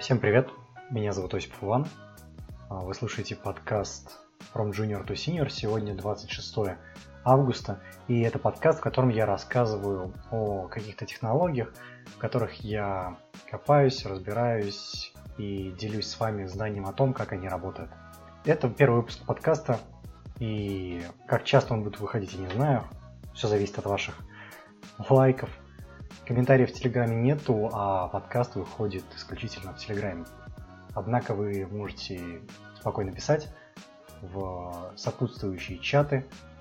Всем привет, меня зовут Осипов Иван. Вы слушаете подкаст From Junior to Senior. Сегодня 26 августа, и это подкаст, в котором я рассказываю о каких-то технологиях, в которых я копаюсь, разбираюсь и делюсь с вами знанием о том, как они работают. Это первый выпуск подкаста, и как часто он будет выходить, я не знаю. Все зависит от ваших лайков. Комментариев в Телеграме нету, а подкаст выходит исключительно в Телеграме. Однако вы можете спокойно писать в сопутствующие чаты,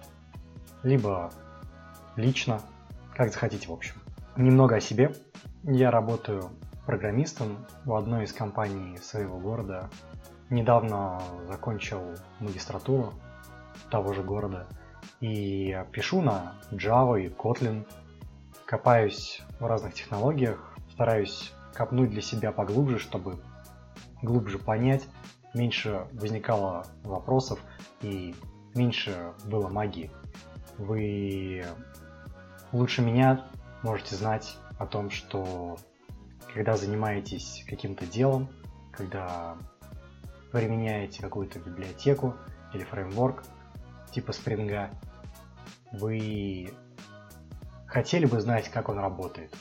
либо лично, как захотите в общем. Немного о себе. Я работаю программистом в одной из компаний своего города. Недавно закончил магистратуру того же города и пишу на Java и Kotlin. Копаюсь в разных технологиях, стараюсь копнуть для себя поглубже, чтобы глубже понять, меньше возникало вопросов и меньше было магии. Вы лучше меня можете знать о том, что когда занимаетесь каким-то делом, когда применяете какую-то библиотеку или фреймворк типа Spring, вы хотели бы знать, как он работает,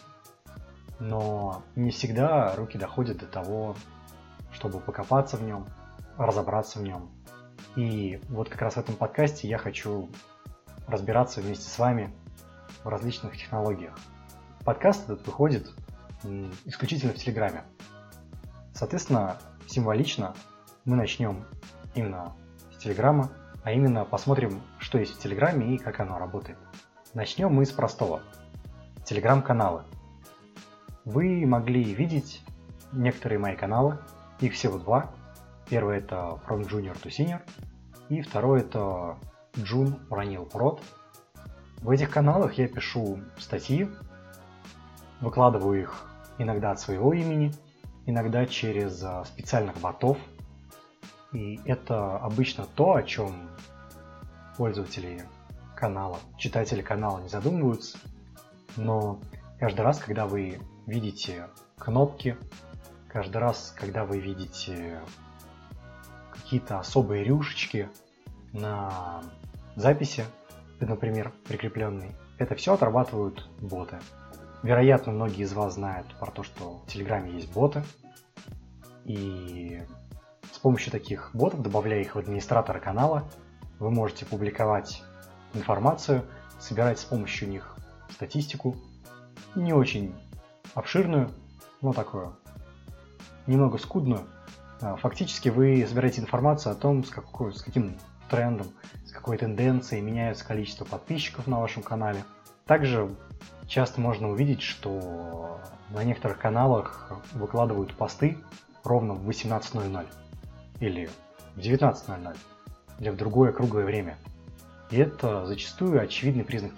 но не всегда руки доходят до того, чтобы покопаться в нем, разобраться в нем. И вот как раз в этом подкасте я хочу разбираться вместе с вами в различных технологиях. Подкаст этот выходит исключительно в Телеграме. Соответственно, символично мы начнем именно с Телеграма, а именно посмотрим, что есть в Телеграме и как оно работает. Начнем мы с простого. Телеграм-каналы. Вы могли видеть некоторые мои каналы, их всего два. Первый это From Junior to Senior, и второй это June уронил прод. В этих каналах я пишу статьи, выкладываю их иногда от своего имени, иногда через специальных ботов. И это обычно то, о чем пользователи канала, читатели канала не задумываются, но каждый раз, когда вы видите кнопки, каждый раз, когда вы видите какие-то особые рюшечки на записи, например, прикрепленной, это все отрабатывают боты. Вероятно, многие из вас знают про то, что в Телеграме есть боты, и с помощью таких ботов, добавляя их в администратора канала, вы можете публиковать информацию, собирать с помощью них статистику, не очень обширную, но такую, немного скудную. Фактически вы собираете информацию о том, с каким трендом, с какой тенденцией меняется количество подписчиков на вашем канале. Также часто можно увидеть, что на некоторых каналах выкладывают посты ровно в 18:00 или в 19:00 или в другое круглое время. И это зачастую очевидный признак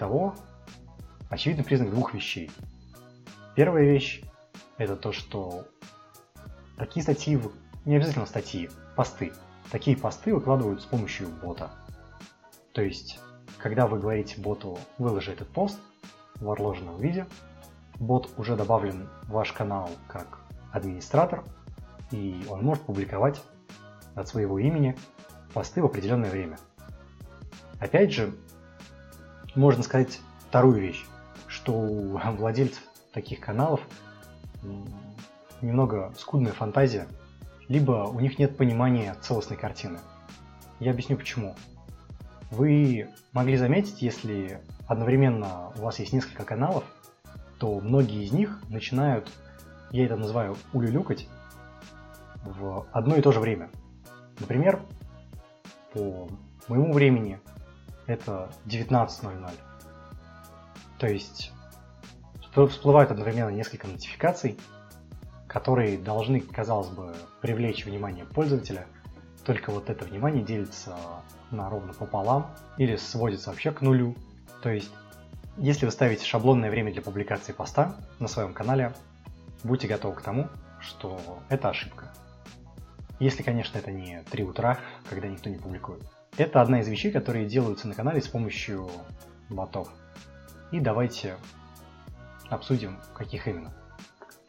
двух вещей. Первая вещь – это то, что такие статьи, не обязательно статьи, посты, такие посты выкладывают с помощью бота. То есть, когда вы говорите боту «выложи этот пост» в отложенном виде, бот уже добавлен в ваш канал как администратор, и он может публиковать от своего имени посты в определенное время. Опять же, можно сказать вторую вещь, что у владельцев таких каналов немного скудная фантазия, либо у них нет понимания целостной картины. Я объясню почему. Вы могли заметить, если одновременно у вас есть несколько каналов, то многие из них начинают, я это называю, улюлюкать в одно и то же время. Например, по моему времени это 19:00. То есть всплывают одновременно несколько нотификаций, которые должны, казалось бы, привлечь внимание пользователя, только вот это внимание делится на ровно пополам или сводится вообще к нулю. То есть, если вы ставите шаблонное время для публикации поста на своем канале, будьте готовы к тому, что это ошибка. Если, конечно, это не 3 утра, когда никто не публикует. Это одна из вещей, которые делаются на канале с помощью ботов. И давайте обсудим, каких именно.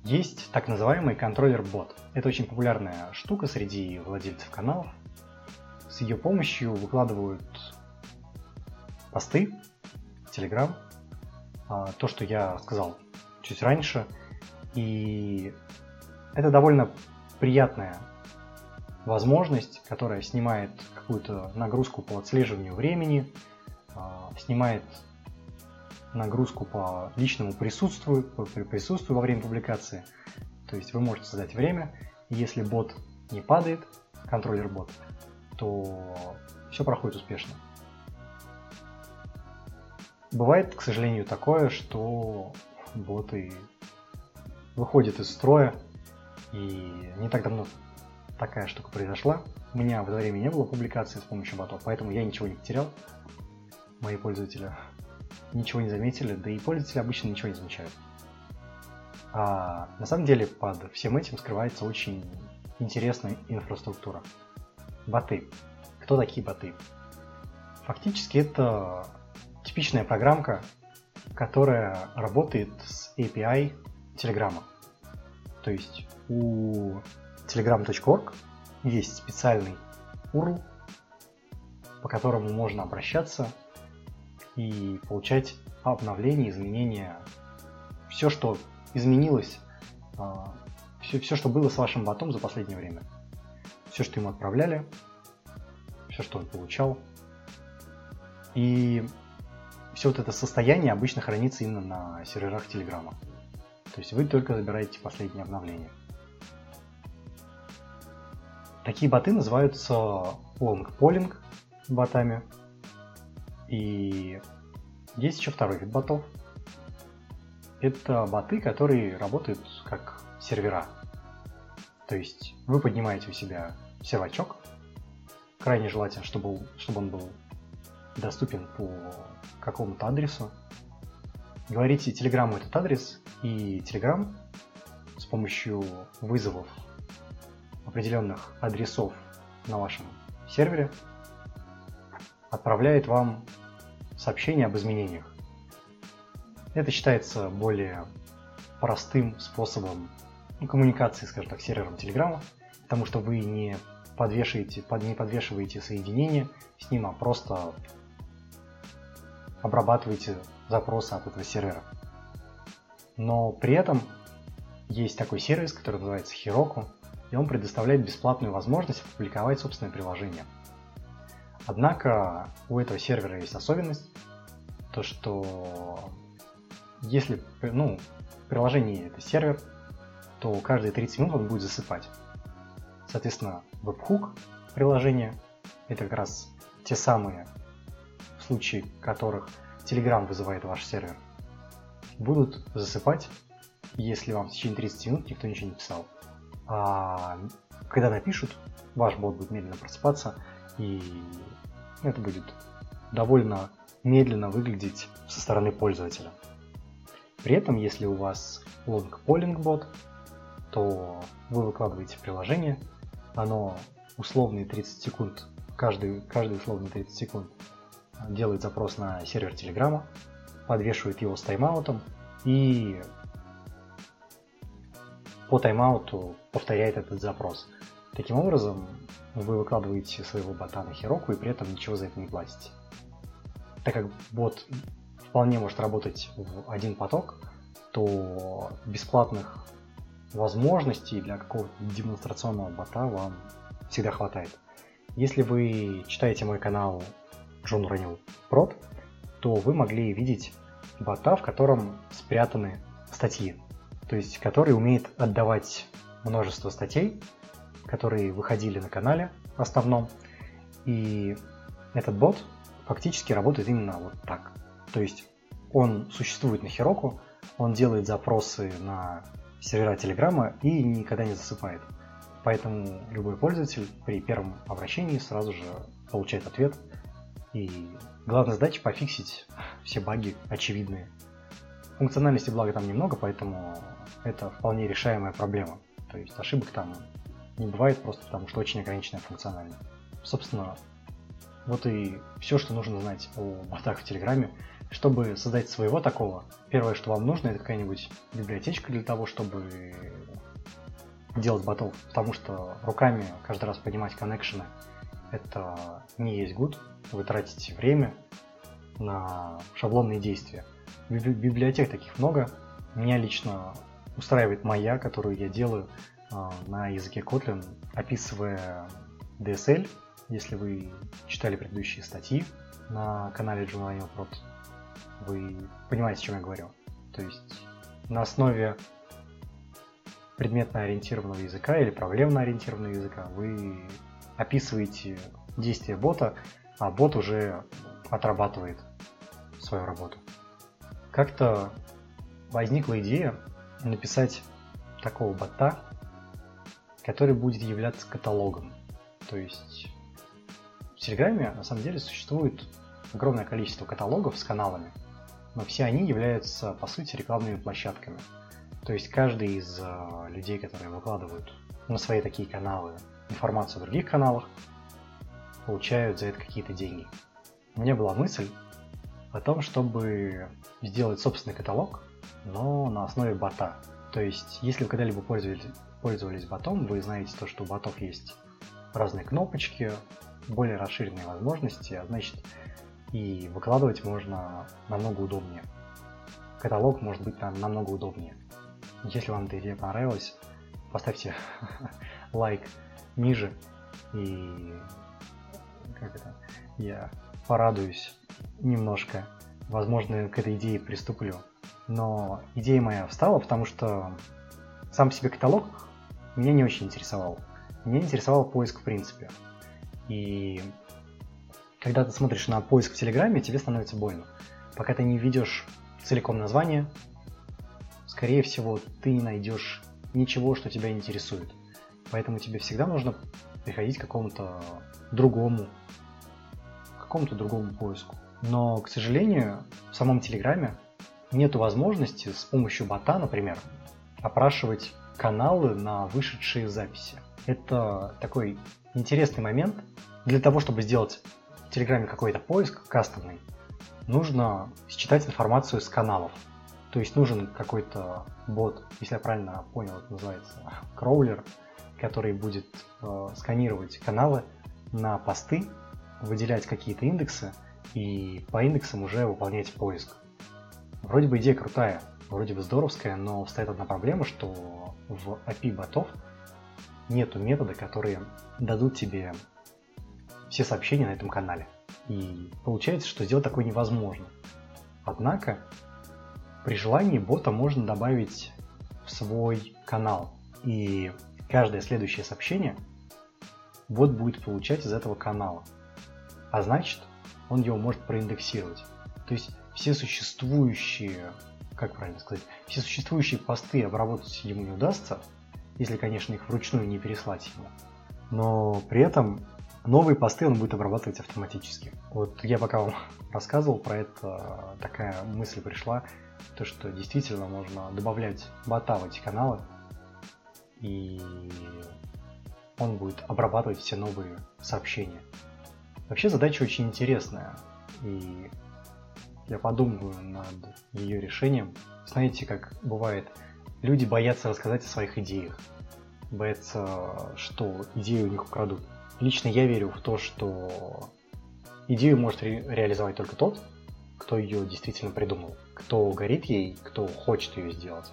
Есть так называемый контроллер-бот. Это очень популярная штука среди владельцев каналов. С ее помощью выкладывают посты в Telegram, то, что я сказал чуть раньше. И это довольно приятная возможность, которая снимает какую-то нагрузку по отслеживанию времени, снимает нагрузку по личному присутствию во время публикации. То есть вы можете задать время, и если бот не падает, контроллер-бот, то все проходит успешно. Бывает, к сожалению, такое, что боты выходят из строя, и не так давно такая штука произошла. У меня в это время не было публикации с помощью ботов, поэтому я ничего не потерял. Мои пользователи ничего не заметили, да и пользователи обычно ничего не замечают. А на самом деле под всем этим скрывается очень интересная инфраструктура. Боты. Кто такие боты? Фактически это типичная программка, которая работает с API Telegram. То есть у telegram.org есть специальный URL, по которому можно обращаться и получать обновления, изменения, все, что изменилось, все, что было с вашим ботом за последнее время. Все, что ему отправляли, все, что он получал. И все вот это состояние обычно хранится именно на серверах Телеграма. То есть вы только забираете последние обновления. Такие боты называются long-polling ботами. И есть еще второй вид ботов. Это боты, которые работают как сервера. То есть вы поднимаете у себя сервачок. Крайне желательно, чтобы он был доступен по какому-то адресу. Говорите Телеграму этот адрес, и Telegram с помощью вызовов определенных адресов на вашем сервере отправляет вам сообщение об изменениях. Это считается более простым способом коммуникации, скажем так, с сервером Telegram, потому что вы не подвешиваете соединение с ним, а просто обрабатываете запросы от этого сервера. Но при этом есть такой сервис, который называется Heroku, и он предоставляет бесплатную возможность опубликовать собственное приложение. Однако у этого сервера есть особенность, то что если приложение это сервер, то каждые 30 минут он будет засыпать. Соответственно, веб-хук приложения это как раз те самые случаи, в которых Telegram вызывает ваш сервер, будут засыпать, если вам в течение 30 минут никто ничего не писал. А когда напишут, ваш бот будет медленно просыпаться, и это будет довольно медленно выглядеть со стороны пользователя. При этом, если у вас long-polling бот, то вы выкладываете приложение, оно условные 30 секунд, каждый условные 30 секунд делает запрос на сервер Телеграма, подвешивает его с тайм-аутом и по тайм-ауту повторяет этот запрос. Таким образом, вы выкладываете своего бота на Heroku и при этом ничего за это не платите. Так как бот вполне может работать в один поток, то бесплатных возможностей для какого-то демонстрационного бота вам всегда хватает. Если вы читаете мой канал Джон Уронил Прод, то вы могли видеть бота, в котором спрятаны статьи, то есть который умеет отдавать множество статей, которые выходили на канале основном, и этот бот фактически работает именно вот так. То есть он существует на Heroku, он делает запросы на сервера Телеграма и никогда не засыпает. Поэтому любой пользователь при первом обращении сразу же получает ответ. И главная задача пофиксить все баги очевидные. Функциональности, благо, там немного, поэтому это вполне решаемая проблема. То есть ошибок там не бывает просто потому, что очень ограниченная функциональность. Собственно, вот и все, что нужно знать о ботах в Телеграме. Чтобы создать своего такого, первое, что вам нужно, это какая-нибудь библиотечка для того, чтобы делать ботов, потому что руками каждый раз поднимать коннекшены это не есть good, вы тратите время на шаблонные действия. Библиотек таких много. Меня лично устраивает моя, которую я делаю на языке Kotlin, описывая DSL. Если вы читали предыдущие статьи на канале Journal Prod, вы понимаете, о чем я говорю. То есть на основе предметно-ориентированного языка или проблемно-ориентированного языка вы описываете действия бота, а бот уже отрабатывает свою работу. Как-то возникла идея написать такого бота, который будет являться каталогом. То есть в Телеграме на самом деле существует огромное количество каталогов с каналами, но все они являются, по сути, рекламными площадками. То есть каждый из людей, которые выкладывают на свои такие каналы информацию о других каналах, получают за это какие-то деньги. У меня была мысль о том, чтобы сделать собственный каталог, но на основе бота. То есть, если вы когда-либо пользовались ботом, вы знаете то, что у ботов есть разные кнопочки, более расширенные возможности, а значит и выкладывать можно намного удобнее. Каталог может быть намного удобнее. Если вам эта идея понравилась, поставьте лайк ниже, и я порадуюсь немножко. Возможно, к этой идее приступлю. Но идея моя встала, потому что сам по себе каталог меня не очень интересовал. Меня интересовал поиск в принципе. И когда ты смотришь на поиск в Телеграме, тебе становится больно. Пока ты не введешь целиком название, скорее всего, ты не найдешь ничего, что тебя интересует. Поэтому тебе всегда нужно приходить к какому-то другому поиску. Но, к сожалению, в самом Телеграме нет возможности с помощью бота, например, опрашивать каналы на вышедшие записи. Это такой интересный момент. Для того, чтобы сделать в Телеграме какой-то поиск кастомный, нужно считать информацию с каналов. То есть нужен какой-то бот, если я правильно понял, это называется кроулер, который будет сканировать каналы на посты, выделять какие-то индексы и по индексам уже выполнять поиск. Вроде бы идея крутая, вроде бы здоровская, но встает одна проблема, что в API ботов нету метода, которые дадут тебе все сообщения на этом канале. И получается, что сделать такое невозможно. Однако, при желании бота можно добавить в свой канал. И каждое следующее сообщение бот будет получать из этого канала. А значит, он его может проиндексировать. То есть все существующие, все существующие посты обработать ему не удастся, если, конечно, их вручную не переслать ему. Но при этом новые посты он будет обрабатывать автоматически. Вот я пока вам рассказывал про это, такая мысль пришла, то что действительно можно добавлять бота в эти каналы, и он будет обрабатывать все новые сообщения. Вообще задача очень интересная, и я подумаю над ее решением. Знаете, как бывает, люди боятся рассказать о своих идеях, боятся, что идеи у них украдут. Лично я верю в то, что идею может реализовать только тот, кто ее действительно придумал, кто горит ей, кто хочет ее сделать.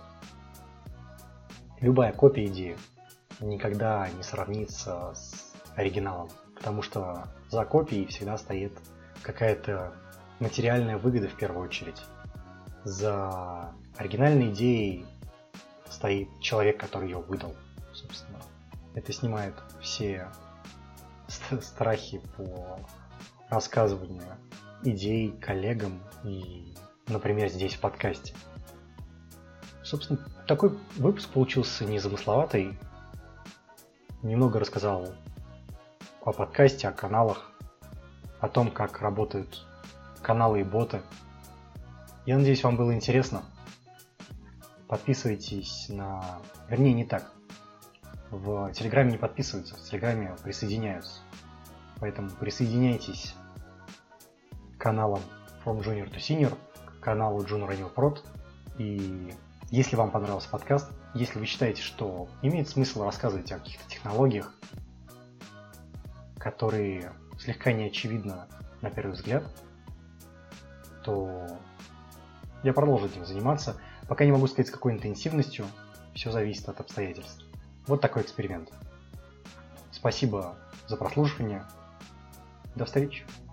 Любая копия идеи никогда не сравнится с оригиналом, потому что за копией всегда стоит какая-то материальная выгода в первую очередь. За оригинальной идеей стоит человек, который ее выдал, собственно. Это снимает все страхи по рассказыванию идей коллегам и, например, здесь в подкасте. Собственно, такой выпуск получился незамысловатый. Немного рассказал о подкасте, о каналах, о том, как работают каналы и боты. Я надеюсь, вам было интересно. Подписывайтесь на... Вернее, не так. В Телеграме не подписываются, в Телеграме присоединяются. Поэтому присоединяйтесь к каналам From Junior to Senior, каналу Juno Running Prod. И если вам понравился подкаст, если вы считаете, что имеет смысл рассказывать о каких-то технологиях, которые слегка не очевидны на первый взгляд, то я продолжу этим заниматься. Пока не могу сказать, с какой интенсивностью, все зависит от обстоятельств. Вот такой эксперимент. Спасибо за прослушивание. До встречи.